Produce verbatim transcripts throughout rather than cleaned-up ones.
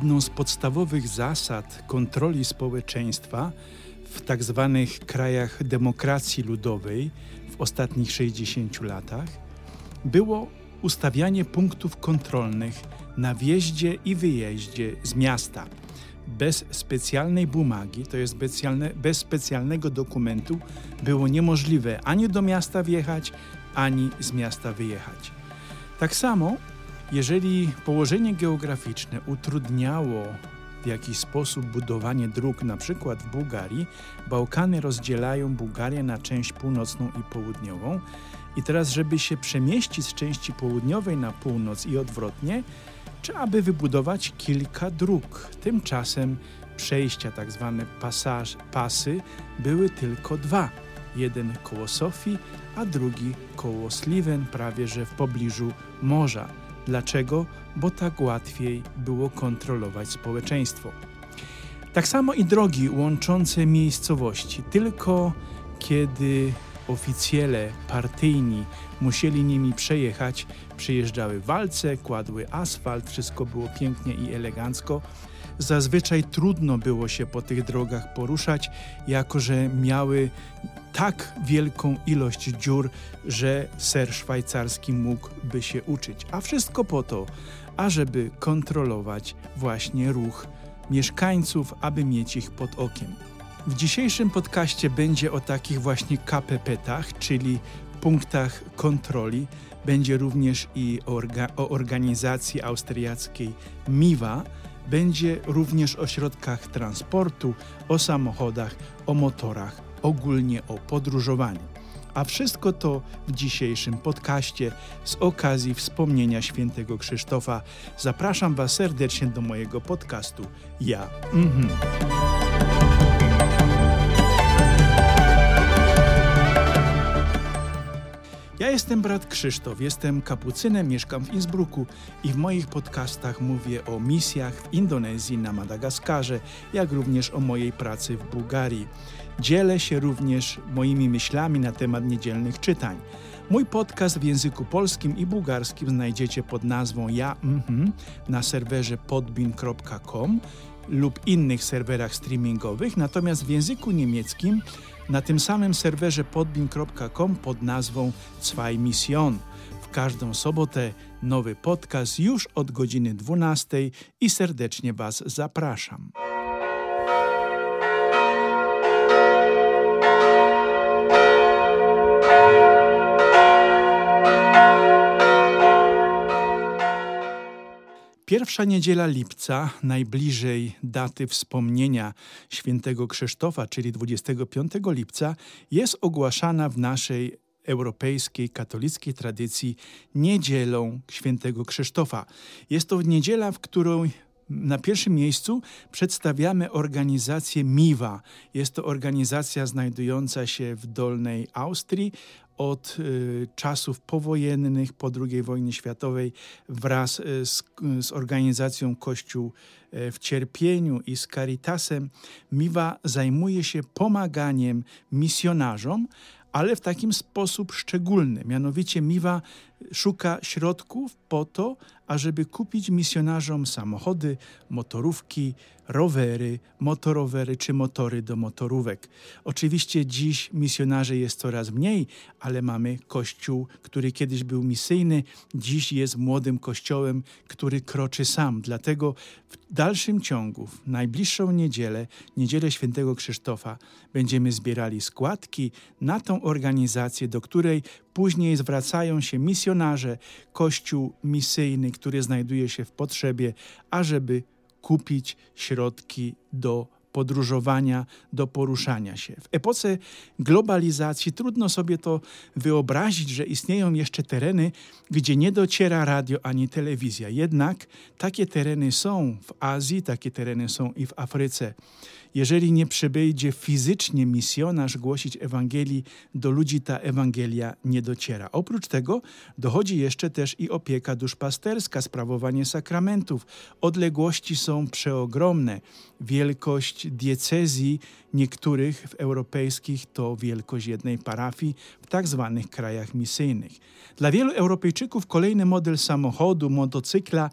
Jedną z podstawowych zasad kontroli społeczeństwa w tak zwanych krajach demokracji ludowej w ostatnich sześćdziesięciu latach było ustawianie punktów kontrolnych na wjeździe i wyjeździe z miasta. Bez specjalnej bumagi, to jest specjalne, bez specjalnego dokumentu, było niemożliwe ani do miasta wjechać, ani z miasta wyjechać. Tak samo, jeżeli położenie geograficzne utrudniało w jakiś sposób budowanie dróg, na przykład w Bułgarii, Bałkany rozdzielają Bułgarię na część północną i południową. I teraz, żeby się przemieścić z części południowej na północ i odwrotnie, trzeba by wybudować kilka dróg. Tymczasem przejścia, tak zwane pasaż, pasy, były tylko dwa. Jeden koło Sofii, a drugi koło Sliven, prawie że w pobliżu morza. Dlaczego? Bo tak łatwiej było kontrolować społeczeństwo. Tak samo i drogi łączące miejscowości. Tylko kiedy oficjele partyjni musieli nimi przejechać, przyjeżdżały walce, kładły asfalt, wszystko było pięknie i elegancko. Zazwyczaj trudno było się po tych drogach poruszać, jako że miały tak wielką ilość dziur, że ser szwajcarski mógłby się uczyć. A wszystko po to, ażeby kontrolować właśnie ruch mieszkańców, aby mieć ich pod okiem. W dzisiejszym podcaście będzie o takich właśnie K P P-tach, czyli punktach kontroli. Będzie również i orga- o organizacji austriackiej MIWA. Będzie również o środkach transportu, o samochodach, o motorach, ogólnie o podróżowaniu. A wszystko to w dzisiejszym podcaście z okazji wspomnienia świętego Krzysztofa. Zapraszam Was serdecznie do mojego podcastu. Ja. Mhm. Ja jestem brat Krzysztof, jestem kapucynem, mieszkam w Innsbrucku i w moich podcastach mówię o misjach w Indonezji, na Madagaskarze, jak również o mojej pracy w Bułgarii. Dzielę się również moimi myślami na temat niedzielnych czytań. Mój podcast w języku polskim i bułgarskim znajdziecie pod nazwą Ja mhm na serwerze podbean kropka com lub innych serwerach streamingowych, natomiast w języku niemieckim na tym samym serwerze podbean kropka com pod nazwą Zwei Mission. W każdą sobotę nowy podcast już od godziny dwunastej i serdecznie Was zapraszam. Pierwsza niedziela lipca, najbliżej daty wspomnienia świętego Krzysztofa, czyli dwudziestego piątego lipca, jest ogłaszana w naszej europejskiej, katolickiej tradycji niedzielą świętego Krzysztofa. Jest to niedziela, w którą na pierwszym miejscu przedstawiamy organizację MIWA. Jest to organizacja znajdująca się w Dolnej Austrii od y, czasów powojennych, po drugiej wojnie światowej, wraz y, z, z organizacją Kościół y, w Cierpieniu i z Caritasem. MIWA zajmuje się pomaganiem misjonarzom, ale w takim sposób szczególny. Mianowicie MIWA szuka środków po to, ażeby kupić misjonarzom samochody, motorówki, rowery, motorowery czy motory do motorówek. Oczywiście dziś misjonarzy jest coraz mniej, ale mamy Kościół, który kiedyś był misyjny, dziś jest młodym kościołem, który kroczy sam. Dlatego w dalszym ciągu, w najbliższą niedzielę, niedzielę świętego Krzysztofa, będziemy zbierali składki na tą organizację, do której później zwracają się misjonarze, Kościół misyjny, który znajduje się w potrzebie, ażeby kupić środki do podróżowania, do poruszania się. W epoce globalizacji trudno sobie to wyobrazić, że istnieją jeszcze tereny, gdzie nie dociera radio ani telewizja. Jednak takie tereny są w Azji, takie tereny są i w Afryce. Jeżeli nie przybyjdzie fizycznie misjonarz głosić Ewangelii, do ludzi ta Ewangelia nie dociera. Oprócz tego dochodzi jeszcze też i opieka duszpasterska, sprawowanie sakramentów. Odległości są przeogromne. Wielkość diecezji niektórych w europejskich to wielkość jednej parafii w tak zwanych krajach misyjnych. Dla wielu Europejczyków kolejny model samochodu, motocykla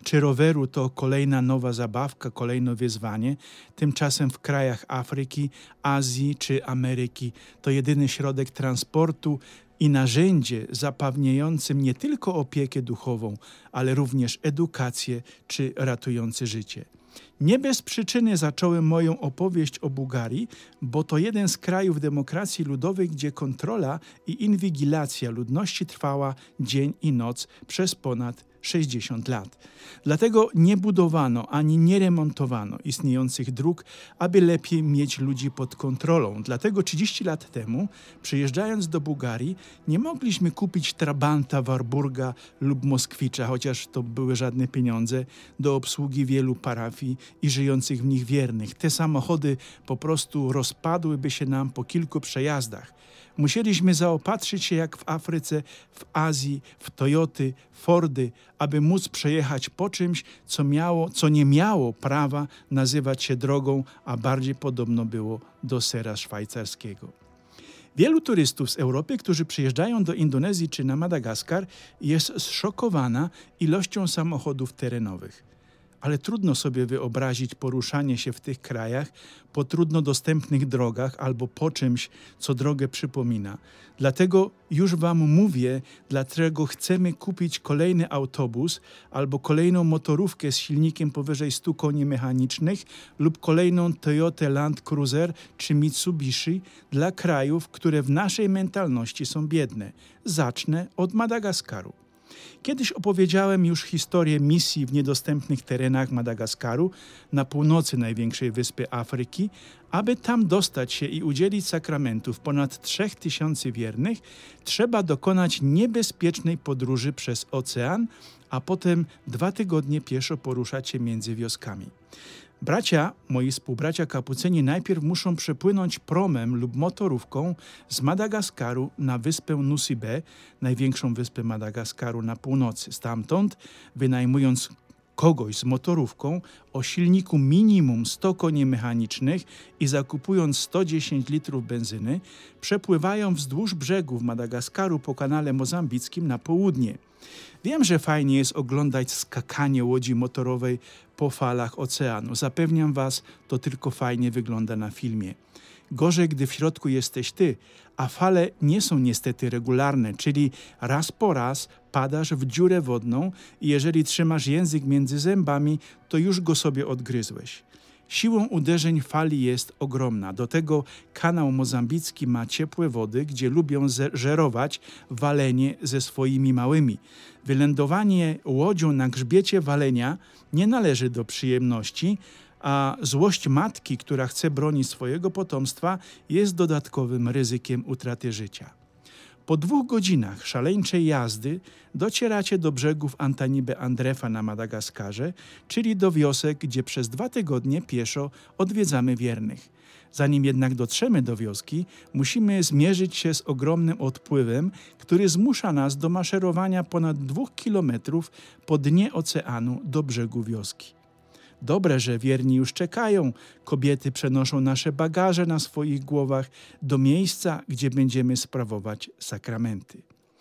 czy roweru to kolejna nowa zabawka, kolejne wyzwanie. Tymczasem w krajach Afryki, Azji czy Ameryki to jedyny środek transportu i narzędzie zapewniającym nie tylko opiekę duchową, ale również edukację czy ratujące życie. Nie bez przyczyny zacząłem moją opowieść o Bułgarii, bo to jeden z krajów demokracji ludowej, gdzie kontrola i inwigilacja ludności trwała dzień i noc przez ponad sześćdziesiąt lat. Dlatego nie budowano ani nie remontowano istniejących dróg, aby lepiej mieć ludzi pod kontrolą. Dlatego trzydzieści lat temu, przyjeżdżając do Bułgarii, nie mogliśmy kupić Trabanta, Warburga lub Moskwicza, chociaż to były żadne pieniądze, do obsługi wielu parafii i żyjących w nich wiernych. Te samochody po prostu rozpadłyby się nam po kilku przejazdach. Musieliśmy zaopatrzyć się jak w Afryce, w Azji, w Toyoty, Fordy, aby móc przejechać po czymś, co, miało, co nie miało prawa nazywać się drogą, a bardziej podobno było do sera szwajcarskiego. Wielu turystów z Europy, którzy przyjeżdżają do Indonezji czy na Madagaskar, jest zszokowana ilością samochodów terenowych. Ale trudno sobie wyobrazić poruszanie się w tych krajach po trudno dostępnych drogach albo po czymś, co drogę przypomina. Dlatego już wam mówię, dlaczego chcemy kupić kolejny autobus albo kolejną motorówkę z silnikiem powyżej stu koni mechanicznych lub kolejną Toyotę Land Cruiser czy Mitsubishi dla krajów, które w naszej mentalności są biedne. Zacznę od Madagaskaru. Kiedyś opowiedziałem już historię misji w niedostępnych terenach Madagaskaru na północy największej wyspy Afryki. Aby tam dostać się i udzielić sakramentów ponad trzech tysięcy wiernych, trzeba dokonać niebezpiecznej podróży przez ocean, a potem dwa tygodnie pieszo poruszać się między wioskami. Bracia, moi współbracia kapucyni najpierw muszą przepłynąć promem lub motorówką z Madagaskaru na wyspę Nusibe, największą wyspę Madagaskaru na północy. Stamtąd, wynajmując kogoś z motorówką o silniku minimum sto koni mechanicznych i zakupując sto dziesięć litrów benzyny, przepływają wzdłuż brzegów Madagaskaru po kanale mozambickim na południe. Wiem, że fajnie jest oglądać skakanie łodzi motorowej po falach oceanu. Zapewniam was, to tylko fajnie wygląda na filmie. Gorzej, gdy w środku jesteś ty, a fale nie są niestety regularne, czyli raz po raz padasz w dziurę wodną i jeżeli trzymasz język między zębami, to już go sobie odgryzłeś. Siłą uderzeń fali jest ogromna. Do tego kanał mozambicki ma ciepłe wody, gdzie lubią żerować walenie ze swoimi małymi. Wylądowanie łodzią na grzbiecie walenia nie należy do przyjemności, a złość matki, która chce bronić swojego potomstwa, jest dodatkowym ryzykiem utraty życia. Po dwóch godzinach szaleńczej jazdy docieracie do brzegów Antanibe Andrefa na Madagaskarze, czyli do wiosek, gdzie przez dwa tygodnie pieszo odwiedzamy wiernych. Zanim jednak dotrzemy do wioski, musimy zmierzyć się z ogromnym odpływem, który zmusza nas do maszerowania ponad dwóch kilometrów po dnie oceanu do brzegu wioski. Dobre, że wierni już czekają. Kobiety przenoszą nasze bagaże na swoich głowach do miejsca, gdzie będziemy sprawować sakramenty.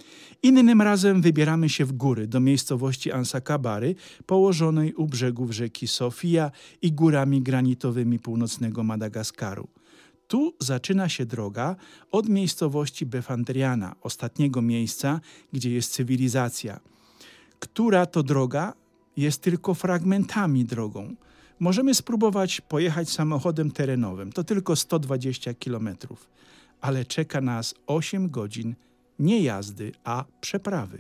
Innym razem wybieramy się w góry do miejscowości Ansakabary, położonej u brzegów rzeki Sofia i górami granitowymi północnego Madagaskaru. Tu zaczyna się droga od miejscowości Befandriana, ostatniego miejsca, gdzie jest cywilizacja. Która to droga jest tylko fragmentami drogą. Możemy spróbować pojechać samochodem terenowym, to tylko sto dwadzieścia kilometrów, ale czeka nas osiem godzin nie jazdy, a przeprawy.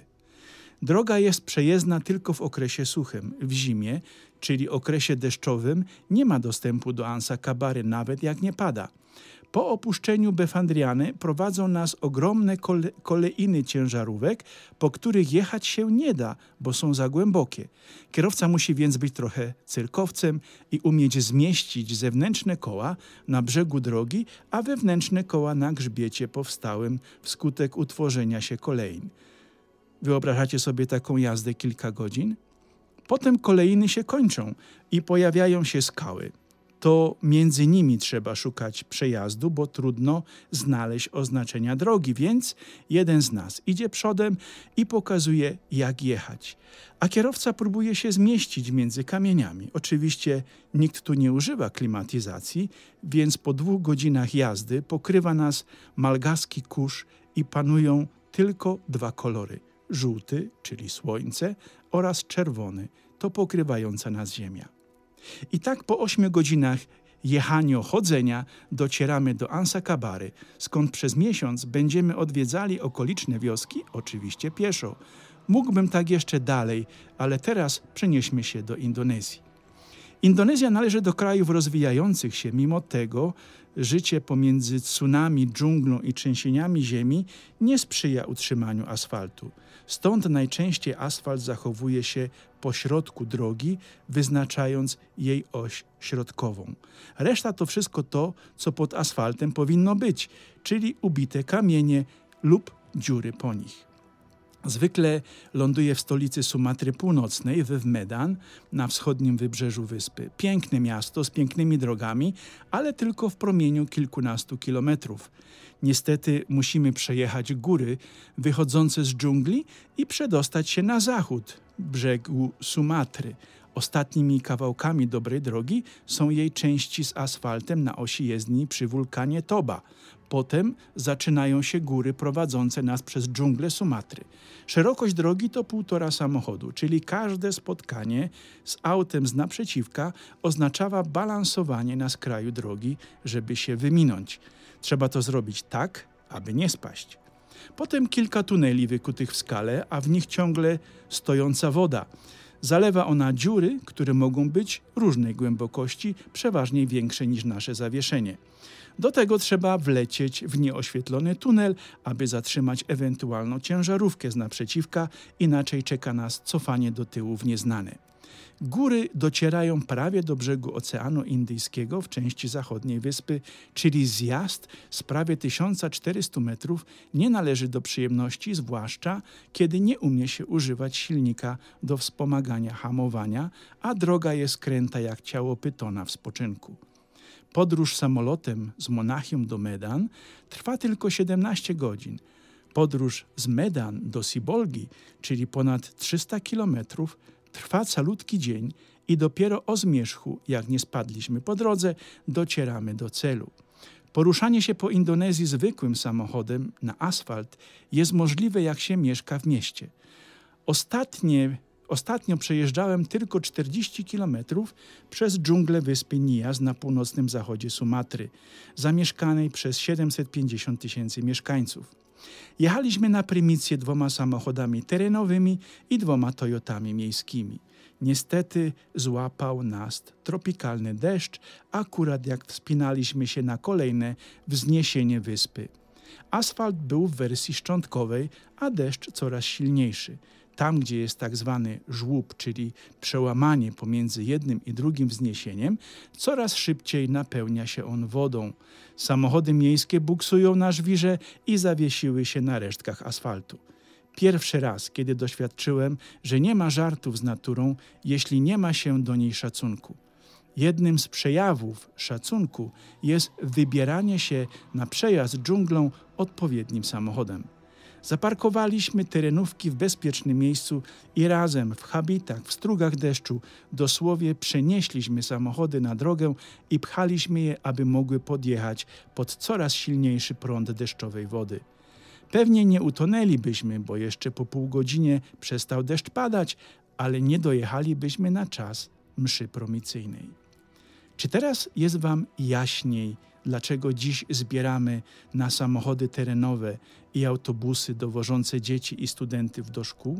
Droga jest przejezdna tylko w okresie suchym. W zimie, czyli okresie deszczowym, nie ma dostępu do Ansakabary, nawet jak nie pada. Po opuszczeniu Befandriany prowadzą nas ogromne kole kolejny ciężarówek, po których jechać się nie da, bo są za głębokie. Kierowca musi więc być trochę cyrkowcem i umieć zmieścić zewnętrzne koła na brzegu drogi, a wewnętrzne koła na grzbiecie powstałym wskutek utworzenia się kolejn. Wyobrażacie sobie taką jazdę kilka godzin? Potem kolejny się kończą i pojawiają się skały. to między nimi trzeba szukać przejazdu, bo trudno znaleźć oznaczenia drogi, więc jeden z nas idzie przodem i pokazuje, jak jechać. A kierowca próbuje się zmieścić między kamieniami. Oczywiście nikt tu nie używa klimatyzacji, więc po dwóch godzinach jazdy pokrywa nas malgaski kurz i panują tylko dwa kolory. Żółty, czyli słońce, oraz czerwony, to pokrywająca nas ziemia. I tak po ośmiu godzinach jechania, chodzenia docieramy do Ansakabary, skąd przez miesiąc będziemy odwiedzali okoliczne wioski, oczywiście pieszo. Mógłbym tak jeszcze dalej, ale teraz przenieśmy się do Indonezji. Indonezja należy do krajów rozwijających się, mimo tego życie pomiędzy tsunami, dżunglą i trzęsieniami ziemi nie sprzyja utrzymaniu asfaltu. Stąd najczęściej asfalt zachowuje się po środku drogi, wyznaczając jej oś środkową. Reszta to wszystko to, co pod asfaltem powinno być, czyli ubite kamienie lub dziury po nich. Zwykle ląduje w stolicy Sumatry Północnej, w Medan, na wschodnim wybrzeżu wyspy. Piękne miasto z pięknymi drogami, ale tylko w promieniu kilkunastu kilometrów. Niestety musimy przejechać góry wychodzące z dżungli i przedostać się na zachód brzegu Sumatry. Ostatnimi kawałkami dobrej drogi są jej części z asfaltem na osi jezdni przy wulkanie Toba. Potem zaczynają się góry prowadzące nas przez dżunglę Sumatry. Szerokość drogi to półtora samochodu, czyli każde spotkanie z autem z naprzeciwka oznaczało balansowanie na skraju drogi, żeby się wyminąć. Trzeba to zrobić tak, aby nie spaść. Potem kilka tuneli wykutych w skale, a w nich ciągle stojąca woda. Zalewa ona dziury, które mogą być różnej głębokości, przeważnie większe niż nasze zawieszenie. Do tego trzeba wlecieć w nieoświetlony tunel, aby zatrzymać ewentualną ciężarówkę z naprzeciwka, inaczej czeka nas cofanie do tyłu w nieznane. Góry docierają prawie do brzegu Oceanu Indyjskiego w części zachodniej wyspy, czyli zjazd z prawie tysiąc czterysta metrów nie należy do przyjemności, zwłaszcza kiedy nie umie się używać silnika do wspomagania hamowania, a droga jest kręta jak ciało pytona w spoczynku. Podróż samolotem z Monachium do Medan trwa tylko siedemnaście godzin. Podróż z Medan do Sibolgi, czyli ponad trzysta kilometrów, trwa calutki dzień i dopiero o zmierzchu, jak nie spadliśmy po drodze, docieramy do celu. Poruszanie się po Indonezji zwykłym samochodem na asfalt jest możliwe, jak się mieszka w mieście. Ostatnie, ostatnio przejeżdżałem tylko czterdzieści kilometrów przez dżunglę wyspy Nias na północnym zachodzie Sumatry, zamieszkanej przez siedemset pięćdziesiąt tysięcy mieszkańców. Jechaliśmy na prymicję dwoma samochodami terenowymi i dwoma Toyotami miejskimi. Niestety złapał nas tropikalny deszcz, akurat jak wspinaliśmy się na kolejne wzniesienie wyspy. Asfalt był w wersji szczątkowej, a deszcz coraz silniejszy. Tam, gdzie jest tak zwany żłób, czyli przełamanie pomiędzy jednym i drugim wzniesieniem, coraz szybciej napełnia się on wodą. Samochody miejskie buksują na żwirze i zawiesiły się na resztkach asfaltu. Pierwszy raz, kiedy doświadczyłem, że nie ma żartów z naturą, jeśli nie ma się do niej szacunku. Jednym z przejawów szacunku jest wybieranie się na przejazd dżunglą odpowiednim samochodem. Zaparkowaliśmy terenówki w bezpiecznym miejscu i razem w habitach, w strugach deszczu dosłownie przenieśliśmy samochody na drogę i pchaliśmy je, aby mogły podjechać pod coraz silniejszy prąd deszczowej wody. Pewnie nie utonęlibyśmy, bo jeszcze po pół godzinie przestał deszcz padać, ale nie dojechalibyśmy na czas mszy promicyjnej. Czy teraz jest wam jaśniej, dlaczego dziś zbieramy na samochody terenowe i autobusy dowożące dzieci i studentów do szkół?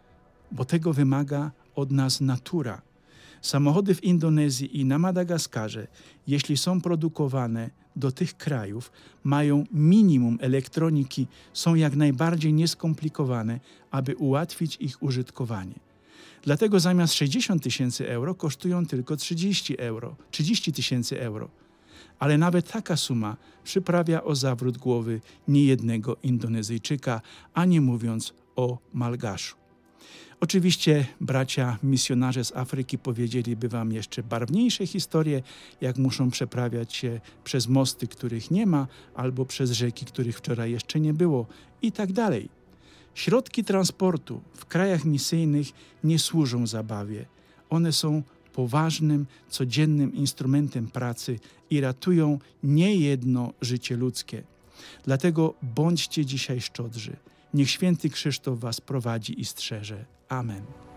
Bo tego wymaga od nas natura. Samochody w Indonezji i na Madagaskarze, jeśli są produkowane do tych krajów, mają minimum elektroniki, są jak najbardziej nieskomplikowane, aby ułatwić ich użytkowanie. Dlatego zamiast sześćdziesiąt tysięcy euro kosztują tylko trzydzieści euro, trzydzieści tysięcy euro. Ale nawet taka suma przyprawia o zawrót głowy niejednego Indonezyjczyka, a nie mówiąc o Malgaszu. Oczywiście bracia misjonarze z Afryki powiedzieliby wam jeszcze barwniejsze historie, jak muszą przeprawiać się przez mosty, których nie ma, albo przez rzeki, których wczoraj jeszcze nie było i tak dalej. Środki transportu w krajach misyjnych nie służą zabawie. One są poważnym, codziennym instrumentem pracy i ratują niejedno życie ludzkie. Dlatego bądźcie dzisiaj szczodrzy. Niech święty Krzysztof was prowadzi i strzeże. Amen.